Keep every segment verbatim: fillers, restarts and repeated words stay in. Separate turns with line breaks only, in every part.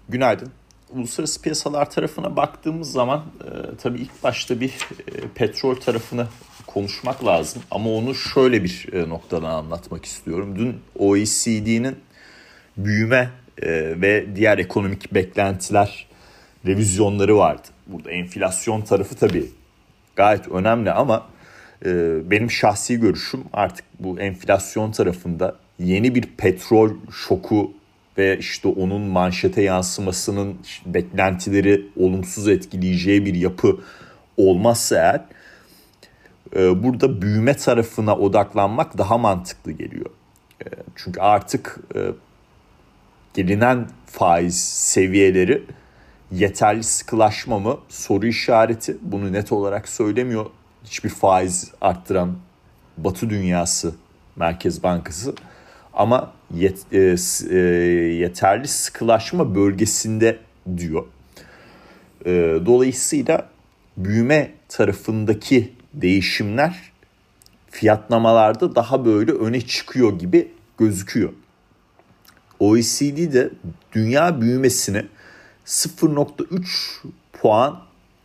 Günaydın. Uluslararası piyasalar tarafına baktığımız zaman e, tabii ilk başta bir e, petrol tarafını konuşmak lazım. Ama onu şöyle bir e, noktadan anlatmak istiyorum. Dün O E C D'nin büyüme e, ve diğer ekonomik beklentiler revizyonları vardı. Burada enflasyon tarafı tabii gayet önemli ama e, benim şahsi görüşüm artık bu enflasyon tarafında yeni bir petrol şoku ve işte onun manşete yansımasının beklentileri olumsuz etkileyeceği bir yapı olmazsa eğer e, burada büyüme tarafına odaklanmak daha mantıklı geliyor. E, çünkü artık e, gelinen faiz seviyeleri yeterli sıkılaşma mı soru işareti. Bunu net olarak söylemiyor hiçbir faiz arttıran Batı dünyası Merkez Bankası. Ama yet, e, e, yeterli sıkılaşma bölgesinde diyor. E, dolayısıyla büyüme tarafındaki değişimler fiyatlamalarda daha böyle öne çıkıyor gibi gözüküyor. O E C D de dünya büyümesini sıfır nokta üç puan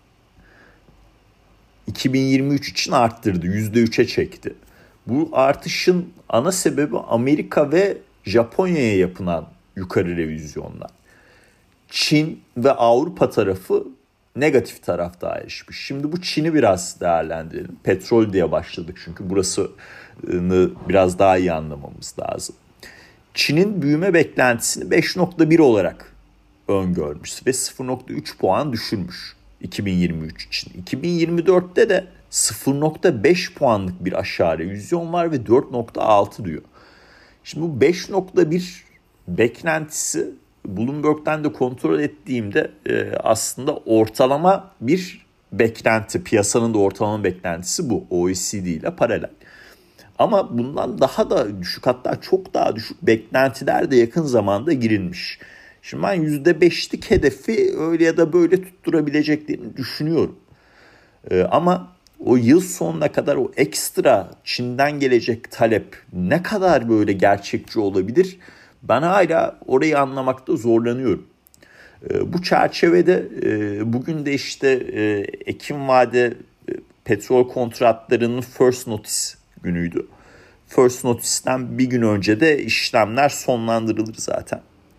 iki bin yirmi üç için arttırdı. yüzde üçe çekti. Bu artışın ana sebebi Amerika ve Japonya'ya yapılan yukarı revizyonlar. Çin ve Avrupa tarafı negatif tarafta ayrışmış. Şimdi bu Çin'i biraz değerlendirelim. Petrol diye başladık çünkü burasını biraz daha iyi anlamamız lazım. Çin'in büyüme beklentisini beş nokta bir olarak öngörmüş ve sıfır nokta üç puan düşürmüş iki bin yirmi üç için. iki bin yirmi dörtte de sıfır nokta beş puanlık bir aşağı revizyon var ve dört nokta altı diyor. Şimdi bu beş nokta bir beklentisi Bloomberg'den de kontrol ettiğimde e, aslında ortalama bir beklenti. Piyasanın da ortalama beklentisi bu. O E C D ile paralel. Ama bundan daha da düşük, hatta çok daha düşük beklentiler de yakın zamanda girilmiş. Şimdi ben yüzde beşlik hedefi öyle ya da böyle tutturabileceklerini düşünüyorum. Ee, ama o yıl sonuna kadar o ekstra Çin'den gelecek talep ne kadar böyle gerçekçi olabilir? Ben hala orayı anlamakta zorlanıyorum. Ee, bu çerçevede e, bugün de işte e, Ekim vade e, petrol kontratlarının first notice günüydü. First notice'ten bir gün önce de işlemler sonlandırılır zaten.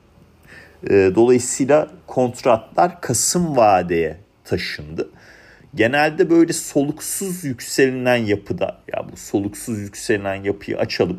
Dolayısıyla kontratlar Kasım vadeye taşındı. Genelde böyle soluksuz yükselen yapıda, ya bu soluksuz yükselen yapıyı açalım.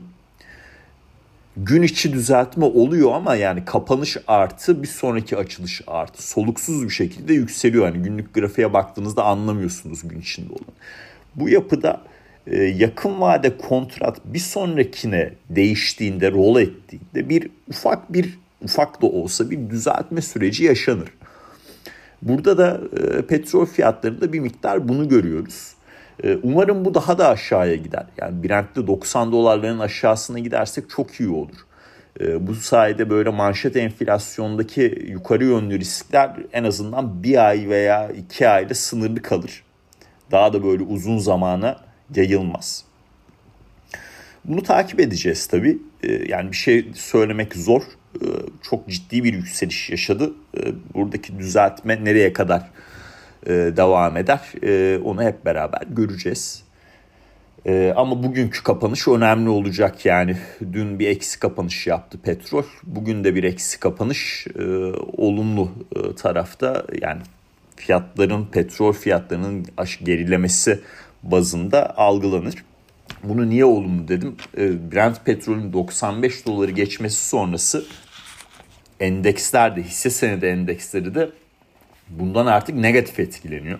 Gün içi düzeltme oluyor ama yani kapanış artı bir sonraki açılış artı soluksuz bir şekilde yükseliyor. Yani günlük grafiğe baktığınızda anlamıyorsunuz gün içinde olan. Bu yapıda yakın vade kontrat bir sonrakine değiştiğinde, rol ettiğinde bir ufak bir ufak da olsa bir düzeltme süreci yaşanır. Burada da e, petrol fiyatlarında bir miktar bunu görüyoruz. E, umarım bu daha da aşağıya gider. Yani Brent'te doksan dolarların aşağısına gidersek çok iyi olur. E, bu sayede böyle manşet enflasyondaki yukarı yönlü riskler en azından bir ay veya iki ayda sınırlı kalır. Daha da böyle uzun zamana yayılmaz. Bunu takip edeceğiz tabii. E, yani bir şey söylemek zor. Çok ciddi bir yükseliş yaşadı. Buradaki düzeltme nereye kadar devam eder onu hep beraber göreceğiz. Ama bugünkü kapanış önemli olacak yani. Dün bir eksi kapanış yaptı petrol. Bugün de bir eksi kapanış olumlu tarafta. Yani fiyatların, petrol fiyatlarının gerilemesi bazında algılanır. Bunu niye olumlu dedim? Brent petrolün doksan beş doları geçmesi sonrası endeksler de, hisse senedi endeksleri de bundan artık negatif etkileniyor.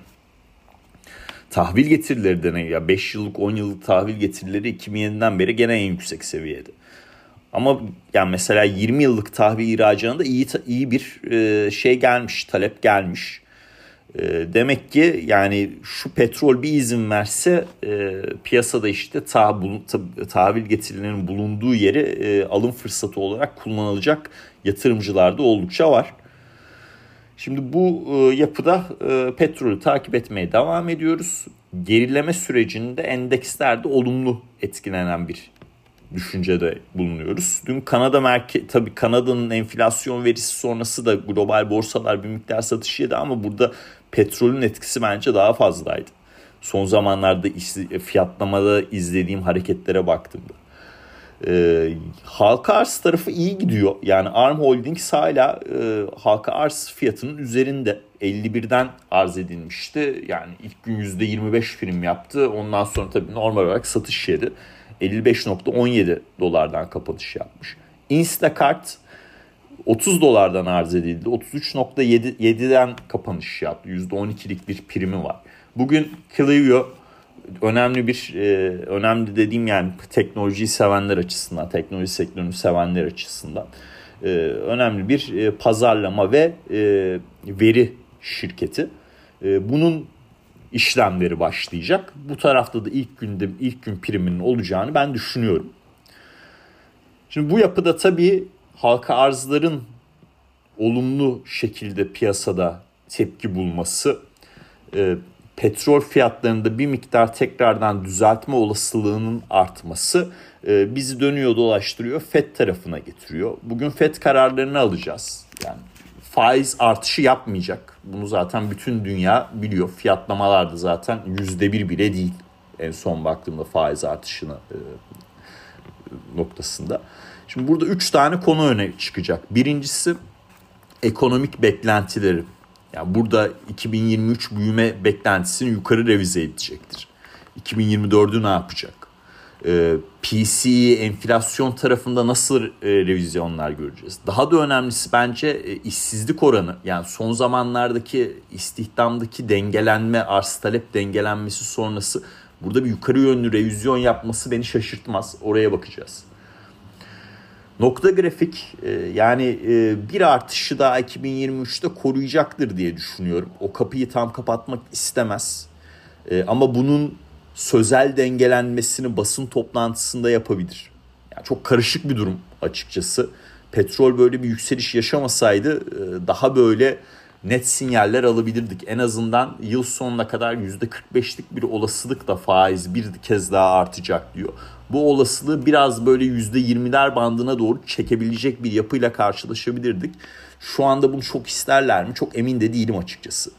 Tahvil getirileri de ne? Ya beş yıllık, on yıllık tahvil getirileri iki bin yediden beri gene en yüksek seviyede. Ama yani mesela yirmi yıllık tahvil ihracatında iyi iyi bir şey gelmiş, talep gelmiş. Demek ki yani şu petrol bir izin verse e, piyasada işte tah, tahvil getirilerinin bulunduğu yeri e, alım fırsatı olarak kullanılacak yatırımcılar da oldukça var. Şimdi bu e, yapıda e, petrolü takip etmeye devam ediyoruz. Gerileme sürecinde endekslerde olumlu etkilenen bir düşüncede bulunuyoruz. Dün Kanada merke tabii Kanada'nın enflasyon verisi sonrası da global borsalar bir miktar satış yedi ama burada petrolün etkisi bence daha fazlaydı. Son zamanlarda fiyatlamada izlediğim hareketlere baktığımda. Ee, halka arz tarafı iyi gidiyor. Yani Arm Holdings hala e, halka arz fiyatının üzerinde. elli birden arz edilmişti. Yani ilk gün yüzde yirmi beş prim yaptı. Ondan sonra tabii normal olarak satış yedi. elli beş nokta on yedi dolardan kapanış yapmış. Instacart otuz dolardan arz edildi. otuz üç nokta yediden kapanış yaptı. yüzde on ikilik bir primi var. Bugün Clio önemli bir e, önemli dediğim yani teknolojiyi sevenler açısından, teknoloji sektörünü sevenler açısından e, önemli bir e, pazarlama ve e, veri şirketi. E, bunun işlemleri başlayacak. Bu tarafta da ilk günde ilk gün priminin olacağını ben düşünüyorum. Şimdi bu yapıda tabii halka arzların olumlu şekilde piyasada tepki bulması, e, petrol fiyatlarında bir miktar tekrardan düzeltme olasılığının artması e, bizi dönüyor dolaştırıyor Fed tarafına getiriyor. Bugün Fed kararlarını alacağız. Yani faiz artışı yapmayacak. Bunu zaten bütün dünya biliyor. Fiyatlamalar da zaten yüzde bir bile değil. En son baktığımda faiz artışına e, noktasında. Şimdi burada üç tane konu öne çıkacak. Birincisi ekonomik beklentileri. Yani burada iki bin yirmi üç büyüme beklentisini yukarı revize edecektir. iki bin yirmi dördü ne yapacak? Ee, P C E, enflasyon tarafında nasıl e, revizyonlar göreceğiz? Daha da önemlisi bence e, işsizlik oranı. Yani son zamanlardaki istihdamdaki dengelenme, arz talep dengelenmesi sonrası burada bir yukarı yönlü revizyon yapması beni şaşırtmaz. Oraya bakacağız. Nokta grafik yani bir artışı daha iki bin yirmi üçte koruyacaktır diye düşünüyorum. O kapıyı tam kapatmak istemez. Ama bunun sözel dengelenmesini basın toplantısında yapabilir. Yani çok karışık bir durum açıkçası. Petrol böyle bir yükseliş yaşamasaydı daha böyle net sinyaller alabilirdik. En azından yıl sonuna kadar yüzde kırk beşlik bir olasılıkla faiz bir kez daha artacak diyor. Bu olasılığı biraz böyle yüzde yirmiler bandına doğru çekebilecek bir yapıyla karşılaşabilirdik. Şu anda bunu çok isterler mi? Çok emin de değilim açıkçası.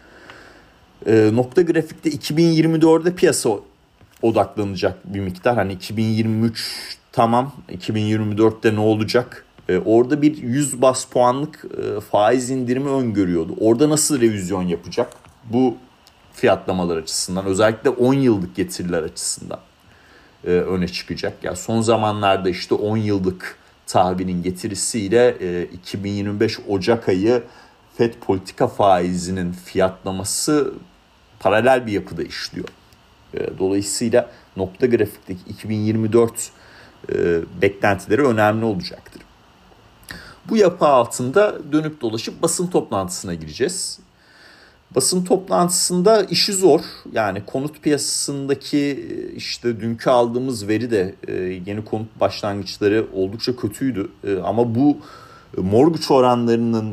E, nokta grafikte iki bin yirmi dörde piyasa odaklanacak bir miktar. Hani iki bin yirmi üç tamam, iki bin yirmi dörtte ne olacak? E, orada bir yüz bas puanlık e, faiz indirimi öngörüyordu. Orada nasıl revizyon yapacak? Bu fiyatlamalar açısından, özellikle on yıllık getiriler açısından e, öne çıkacak. Yani son zamanlarda işte on yıllık tahvilin getirisiyle e, iki bin yirmi beş Ocak ayı Fed politika faizinin fiyatlaması paralel bir yapıda işliyor. E, dolayısıyla nokta grafikteki iki bin yirmi dört e, beklentileri önemli olacaktır. Bu yapı altında dönüp dolaşıp basın toplantısına gireceğiz. Basın toplantısında işi zor. Yani konut piyasasındaki işte dünkü aldığımız veri de yeni konut başlangıçları oldukça kötüydü. Ama bu mortgage oranlarının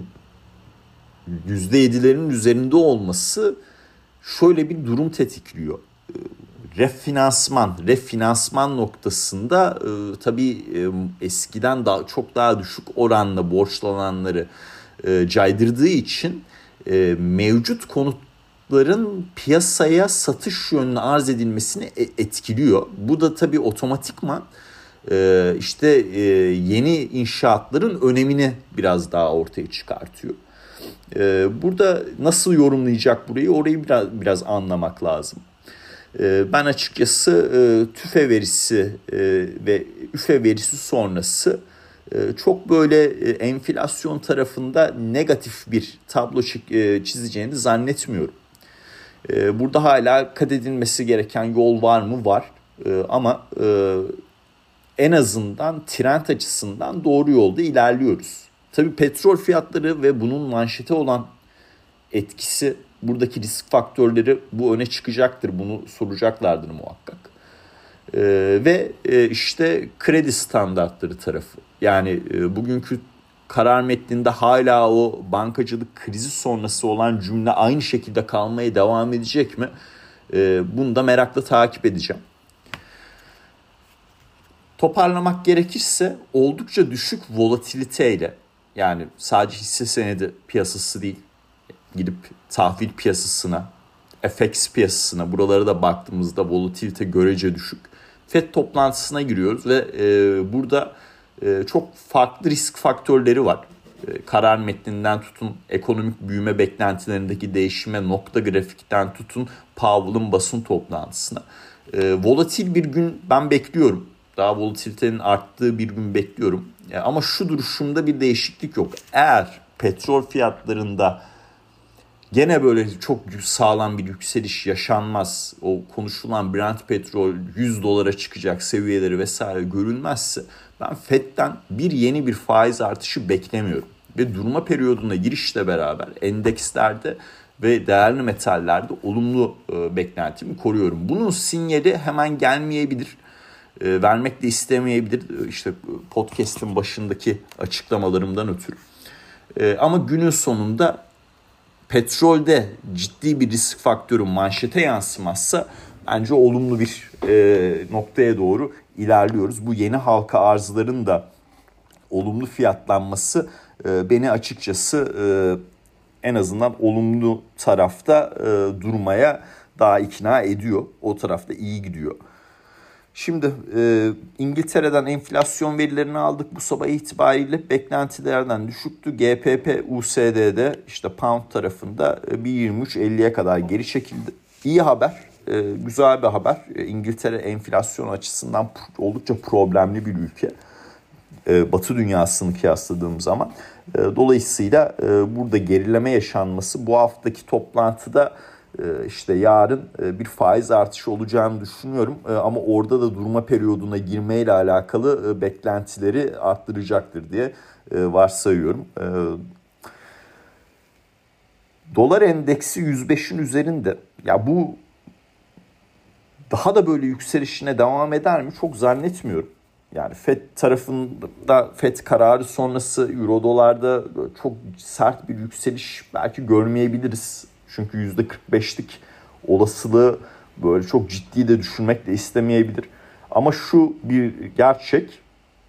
yüzde yedilerin üzerinde olması şöyle bir durum tetikliyor. Refinansman, refinansman noktasında e, tabii e, eskiden daha çok daha düşük oranla borçlananları e, caydırdığı için e, mevcut konutların piyasaya satış yönüne arz edilmesini etkiliyor. Bu da tabii otomatikman e, işte e, yeni inşaatların önemini biraz daha ortaya çıkartıyor. E, burada nasıl yorumlayacak burayı, orayı biraz biraz anlamak lazım. Ben açıkçası TÜFE verisi ve üfe verisi sonrası çok böyle enflasyon tarafında negatif bir tablo çizeceğini zannetmiyorum. Burada hala kat edilmesi gereken yol var mı? Var. Ama en azından trend açısından doğru yolda ilerliyoruz. Tabii petrol fiyatları ve bunun manşete olan etkisi, buradaki risk faktörleri bu öne çıkacaktır. Bunu soracaklardır muhakkak. Ee, ve e, işte kredi standartları tarafı. Yani e, bugünkü karar metninde hala o bankacılık krizi sonrası olan cümle aynı şekilde kalmaya devam edecek mi? E, bunu da merakla takip edeceğim. Toparlamak gerekirse oldukça düşük volatiliteyle, yani sadece hisse senedi piyasası değil, gidip tahvil piyasasına, F X piyasasına, buralara da baktığımızda volatilite görece düşük. Fed toplantısına giriyoruz ve e, burada e, çok farklı risk faktörleri var. E, karar metninden tutun, ekonomik büyüme beklentilerindeki değişime, nokta grafikten tutun, Powell'ın basın toplantısına. E, volatil bir gün ben bekliyorum. Daha volatilitenin arttığı bir gün bekliyorum. E, ama şu duruşumda bir değişiklik yok. Eğer petrol fiyatlarında gene böyle çok sağlam bir yükseliş yaşanmaz, o konuşulan Brent petrol yüz dolara çıkacak seviyeleri vesaire görülmezse, ben Fed'den bir yeni bir faiz artışı beklemiyorum. Ve durma periyoduna girişle beraber endekslerde ve değerli metallerde olumlu e, beklentimi koruyorum. Bunun sinyali hemen gelmeyebilir. E, vermek de istemeyebilir. İşte podcast'ın başındaki açıklamalarımdan ötürü. E, ama günün sonunda petrolde ciddi bir risk faktörü manşete yansımazsa bence olumlu bir e, noktaya doğru ilerliyoruz. Bu yeni halka arzların da olumlu fiyatlanması e, beni açıkçası e, en azından olumlu tarafta e, durmaya daha ikna ediyor. O tarafta iyi gidiyor. Şimdi e, İngiltere'den enflasyon verilerini aldık bu sabah itibariyle, beklentilerden düşüktü. G P P U S D'de işte pound tarafında bir yirmi üç elliye kadar geri çekildi. İyi haber, e, güzel bir haber. E, İngiltere enflasyon açısından oldukça problemli bir ülke. E, Batı dünyasını kıyasladığım zaman. E, dolayısıyla e, burada gerileme yaşanması, bu haftaki toplantıda İşte yarın bir faiz artışı olacağını düşünüyorum. Ama orada da durma periyoduna girmeyle alakalı beklentileri arttıracaktır diye varsayıyorum. Dolar endeksi yüz beşin üzerinde. Ya bu daha da böyle yükselişine devam eder mi? Çok zannetmiyorum. Yani Fed tarafında, Fed kararı sonrası Euro dolarda çok sert bir yükseliş belki görmeyebiliriz. Çünkü yüzde kırk beşlik olasılığı böyle çok ciddi de düşünmek de istemeyebilir. Ama şu bir gerçek.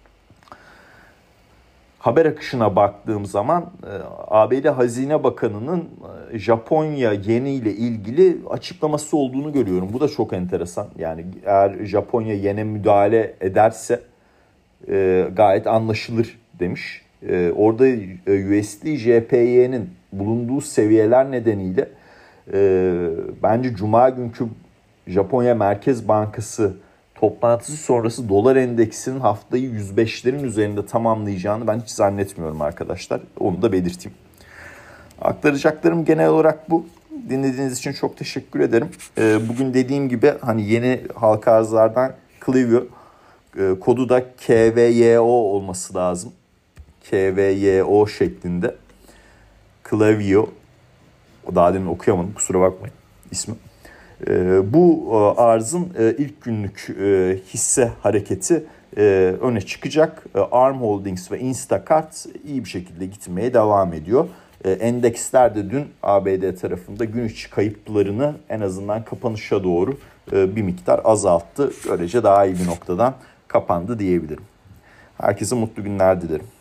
Haber akışına baktığım zaman A B D Hazine Bakanı'nın Japonya yeni ile ilgili açıklaması olduğunu görüyorum. Bu da çok enteresan. Yani eğer Japonya yene müdahale ederse gayet anlaşılır demiş. Orada U S D J P Y'nin bulunduğu seviyeler nedeniyle e, bence Cuma günkü Japonya Merkez Bankası toplantısı sonrası dolar endeksinin haftayı yüz beşlerin üzerinde tamamlayacağını ben hiç zannetmiyorum arkadaşlar. Onu da belirteyim. Aktaracaklarım genel olarak bu. Dinlediğiniz için çok teşekkür ederim. E, bugün dediğim gibi hani yeni halka arzlardan Clivio, e, kodu da K V Y O olması lazım. K V Y O şeklinde. Clivio. O daha demin okuyamadım, kusura bakmayın ismi. E, bu e, arzın e, ilk günlük e, hisse hareketi e, öne çıkacak. E, Arm Holdings ve Instacart iyi bir şekilde gitmeye devam ediyor. E, endeksler de dün A B D tarafında gün içi kayıplarını en azından kapanışa doğru e, bir miktar azalttı. Böylece daha iyi bir noktadan kapandı diyebilirim. Herkese mutlu günler dilerim.